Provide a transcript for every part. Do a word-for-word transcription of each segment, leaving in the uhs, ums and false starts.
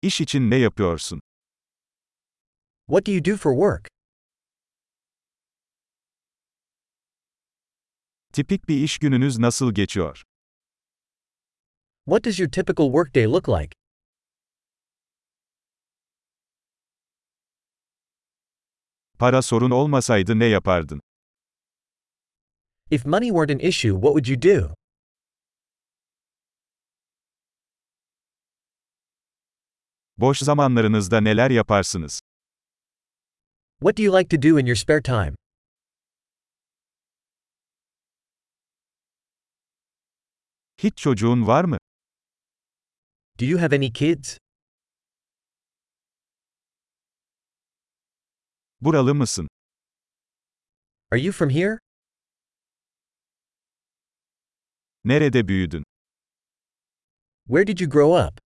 İş için ne yapıyorsun? What do you do for work? Tipik bir iş gününüz nasıl geçiyor? What does your typical workday look like? Para sorun olmasaydı ne yapardın? If money weren't an issue, what would you do? Boş zamanlarınızda neler yaparsınız? What do you like to do in your spare time? Hiç çocuğun var mı? Do you have any kids? Buralı mısın? Are you from here? Nerede büyüdün? Where did you grow up?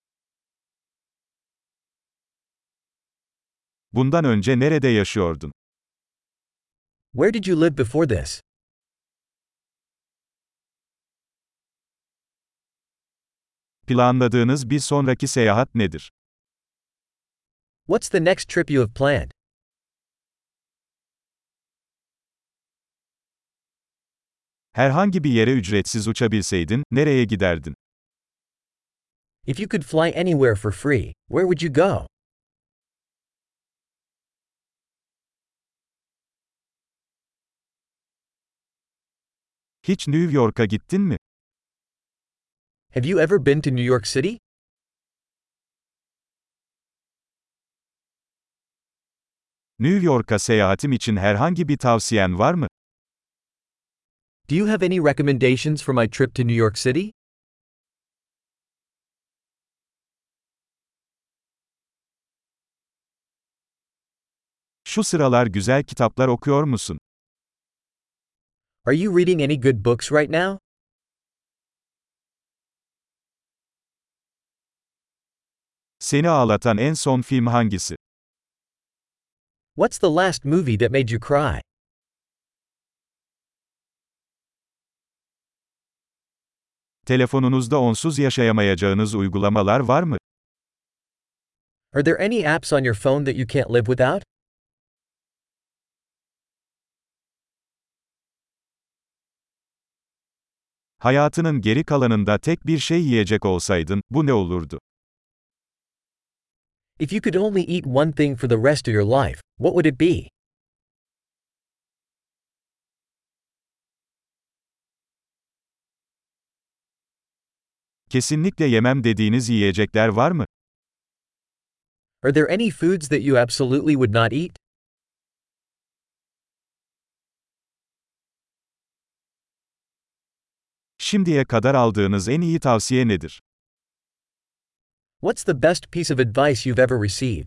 Bundan önce nerede yaşıyordun? Where did you live before this? Planladığınız bir sonraki seyahat nedir? What's the next trip you have planned? Herhangi bir yere ücretsiz uçabilseydin, nereye giderdin? If you could fly anywhere for free, where would you go? Hiç New York'a gittin mi? Have you ever been to New York City? New York'a seyahatim için herhangi bir tavsiyen var mı? Do you have any recommendations for my trip to New York City? Şu sıralar güzel kitaplar okuyor musun? Are you reading any good books right now? Seni ağlatan en son film hangisi? What's the last movie that made you cry? Telefonunuzda onsuz yaşayamayacağınız uygulamalar var mı? Are there any apps on your phone that you can't live without? Hayatının geri kalanında tek bir şey yiyecek olsaydın, bu ne olurdu? If you could only eat one thing for the rest of your life, what would it be? Kesinlikle yemem dediğiniz yiyecekler var mı? Are there any foods that you absolutely would not eat? Şimdiye kadar aldığınız en iyi tavsiye nedir? What's the best piece of advice you've ever received?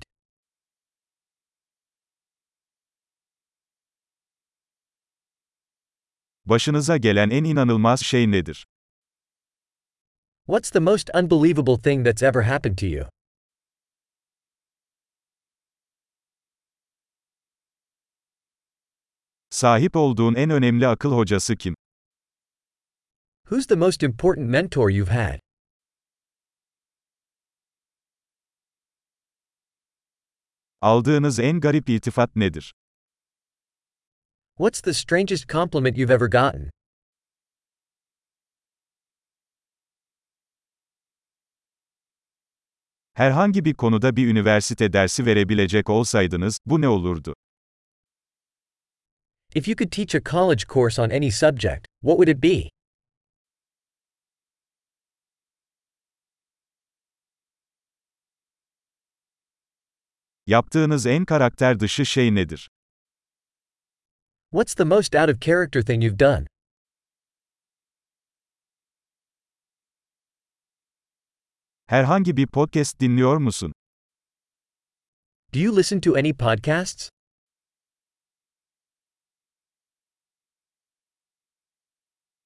Başınıza gelen en inanılmaz şey nedir? What's the most unbelievable thing that's ever happened to you? Sahip olduğun en önemli akıl hocası kim? Who's the most important mentor you've had? Aldığınız en garip iltifat nedir? What's the strangest compliment you've ever gotten? Herhangi bir konuda bir üniversite dersi verebilecek olsaydınız, bu ne olurdu? If you could teach a college course on any subject, what would it be? Yaptığınız en karakter dışı şey nedir? What's the most out of character thing you've done? Herhangi bir podcast dinliyor musun? Do you listen to any podcasts?